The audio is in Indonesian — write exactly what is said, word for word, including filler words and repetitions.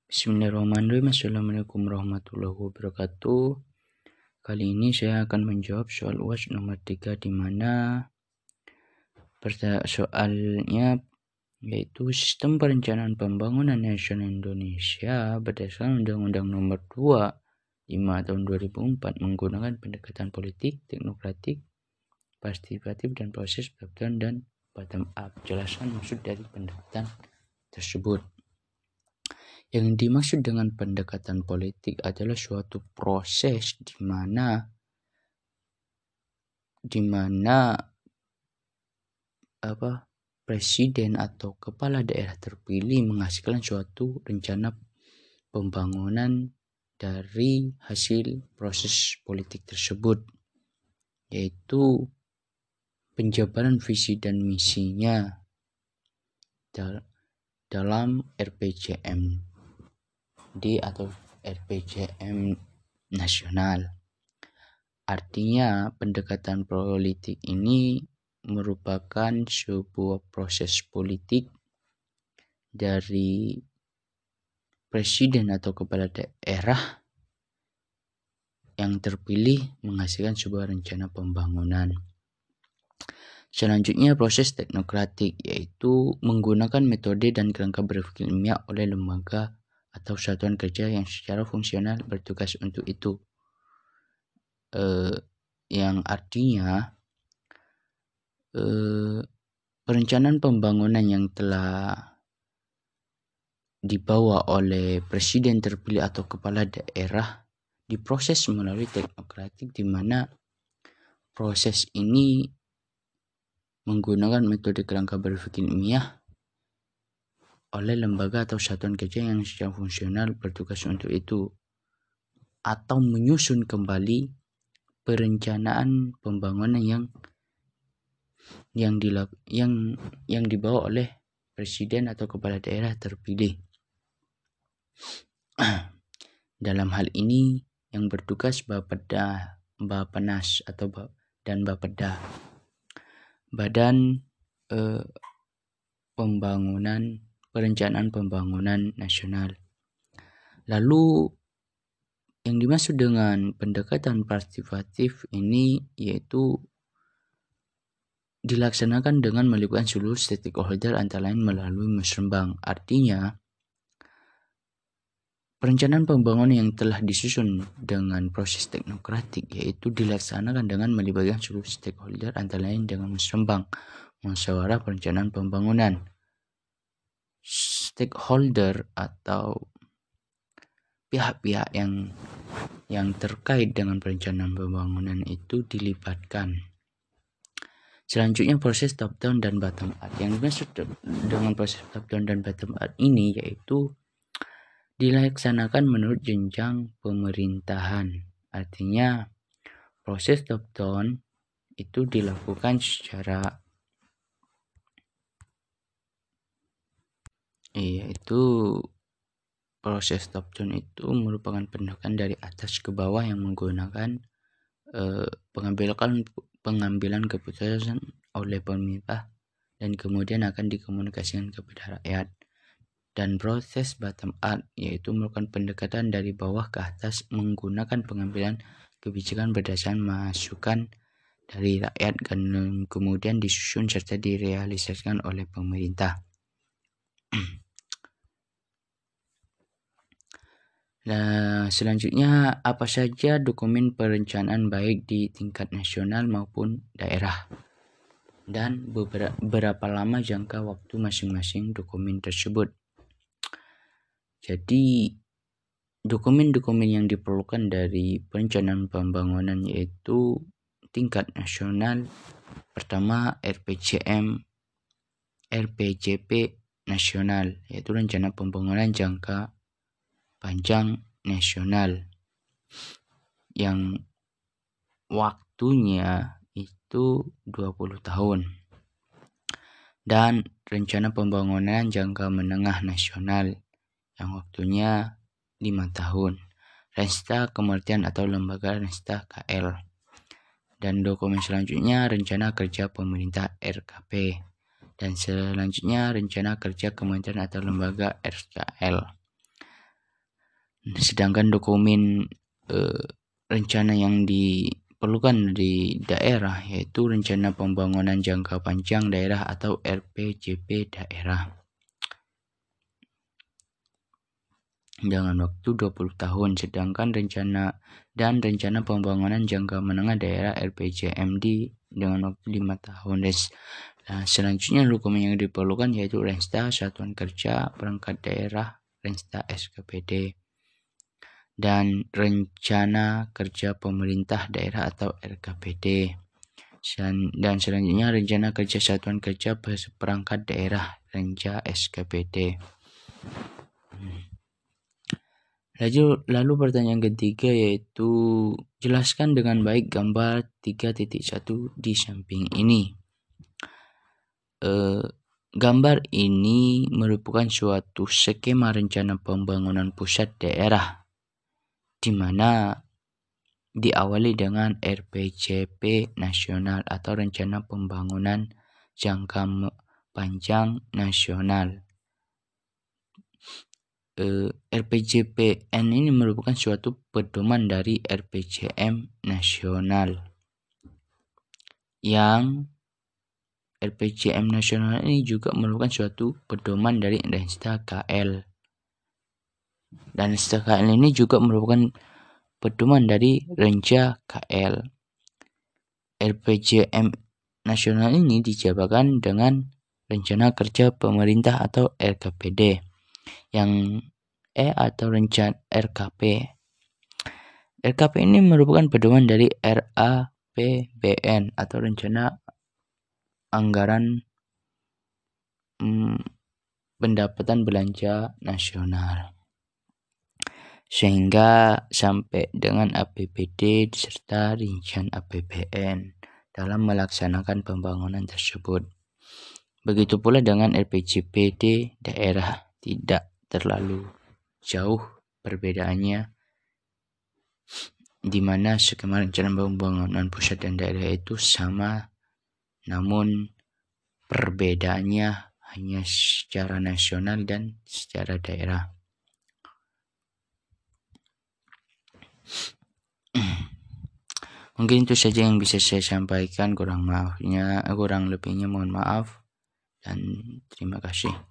Bismillahirrahmanirrahim. Assalamualaikum warahmatullahi wabarakatuh. Kali ini saya akan menjawab soal U A S nomor tiga, di mana soalnya yaitu Sistem Perencanaan Pembangunan Nasional Indonesia berdasarkan Undang-Undang Nomor dua puluh lima Tahun dua ribu empat menggunakan pendekatan politik, teknokratik, partisipatif, dan proses top-down dan bottom-up. Jelaskan maksud dari pendekatan tersebut. Yang dimaksud dengan pendekatan politik adalah suatu proses di mana di mana apa presiden atau kepala daerah terpilih menghasilkan suatu rencana pembangunan dari hasil proses politik tersebut, yaitu penjabaran visi dan misinya dalam R P J M D atau R P J M nasional. Artinya, pendekatan politik ini merupakan sebuah proses politik dari presiden atau kepala daerah yang terpilih menghasilkan sebuah rencana pembangunan. Selanjutnya, proses teknokratik, yaitu menggunakan metode dan kerangka berpikir ilmiah oleh lembaga atau satuan kerja yang secara fungsional bertugas untuk itu. Eh, yang artinya eh, perencanaan pembangunan yang telah dibawa oleh presiden terpilih atau kepala daerah diproses melalui teknokratik, di mana proses ini menggunakan metode kerangka berpikir ilmiah oleh lembaga atau satuan kerja yang secara fungsional bertugas untuk itu, atau menyusun kembali perencanaan pembangunan yang yang dilak, yang yang dibawa oleh presiden atau kepala daerah terpilih. Dalam hal ini yang bertugas Bapeda, Bapenas atau dan Bapeda, Badan eh, Pembangunan Perencanaan Pembangunan Nasional. Lalu yang dimaksud dengan pendekatan partisipatif ini yaitu dilaksanakan dengan melibatkan seluruh stakeholder, antara lain melalui musrembang. Artinya, perencanaan pembangunan yang telah disusun dengan proses teknokratik yaitu dilaksanakan dengan melibatkan seluruh stakeholder, antara lain dengan musrembang, musyawarah perencanaan pembangunan. Stakeholder atau pihak-pihak yang yang terkait dengan perencanaan pembangunan itu dilibatkan. Selanjutnya, proses top down dan bottom up. Yang dimaksud dengan proses top down dan bottom up ini yaitu dilaksanakan menurut jenjang pemerintahan. Artinya, proses top down itu dilakukan secara yaitu proses top down itu merupakan pendekatan dari atas ke bawah yang menggunakan eh, pengambilan pengambilan keputusan oleh pemerintah dan kemudian akan dikomunikasikan kepada rakyat. Dan proses bottom up yaitu merupakan pendekatan dari bawah ke atas menggunakan pengambilan kebijakan berdasarkan masukan dari rakyat dan kemudian disusun serta direalisasikan oleh pemerintah. Nah, selanjutnya, apa saja dokumen perencanaan baik di tingkat nasional maupun daerah, dan beberapa, berapa lama jangka waktu masing-masing dokumen tersebut. Jadi, dokumen-dokumen yang diperlukan dari perencanaan pembangunan yaitu tingkat nasional. Pertama, R P J M, R P J P nasional, yaitu rencana pembangunan jangka panjang nasional yang waktunya itu dua puluh tahun, dan rencana pembangunan jangka menengah nasional yang waktunya lima tahun, Rensta Kementerian atau Lembaga Rensta K L. Dan dokumen selanjutnya rencana kerja pemerintah R K P, dan selanjutnya rencana kerja kementerian atau lembaga R K L. Sedangkan dokumen eh, rencana yang diperlukan di daerah yaitu Rencana Pembangunan Jangka Panjang Daerah atau R P J P daerah dengan waktu dua puluh tahun, sedangkan rencana dan Rencana Pembangunan Jangka Menengah Daerah R P J M D dengan waktu lima tahun. Nah, selanjutnya dokumen yang diperlukan yaitu Rensta Satuan Kerja Perangkat Daerah Rensta S K P D dan Rencana Kerja Pemerintah Daerah atau R K P D. Dan selanjutnya Rencana Kerja Satuan Kerja Perangkat Daerah Renca S K P D. Lalu, lalu pertanyaan ketiga yaitu jelaskan dengan baik gambar tiga titik satu di samping ini. Eh, gambar ini merupakan suatu skema rencana pembangunan pusat daerah di mana diawali dengan R P J P nasional atau Rencana Pembangunan Jangka Panjang Nasional. Uh, R P J P N ini merupakan suatu pedoman dari R P J M nasional. Yang R P J M nasional ini juga merupakan suatu pedoman dari Rensta K L. Dan Rensta K L ini juga merupakan pedoman dari Renca K L. R P J M nasional ini dijabarkan dengan Rencana Kerja Pemerintah atau R K P D. Yang E atau Rencana R K P. R K P ini merupakan pedoman dari R A P B N atau Rencana Anggaran hmm, Pendapatan Belanja Nasional. Sehingga sampai dengan A P B D serta rincian A P B N dalam melaksanakan pembangunan tersebut. Begitu pula dengan R P J P D daerah, tidak terlalu jauh perbedaannya, di mana skema rencana pembangunan pusat dan daerah itu sama, namun perbedaannya hanya secara nasional dan secara daerah. Mungkin itu saja yang bisa saya sampaikan, kurang maafnya, kurang lebihnya mohon maaf dan terima kasih.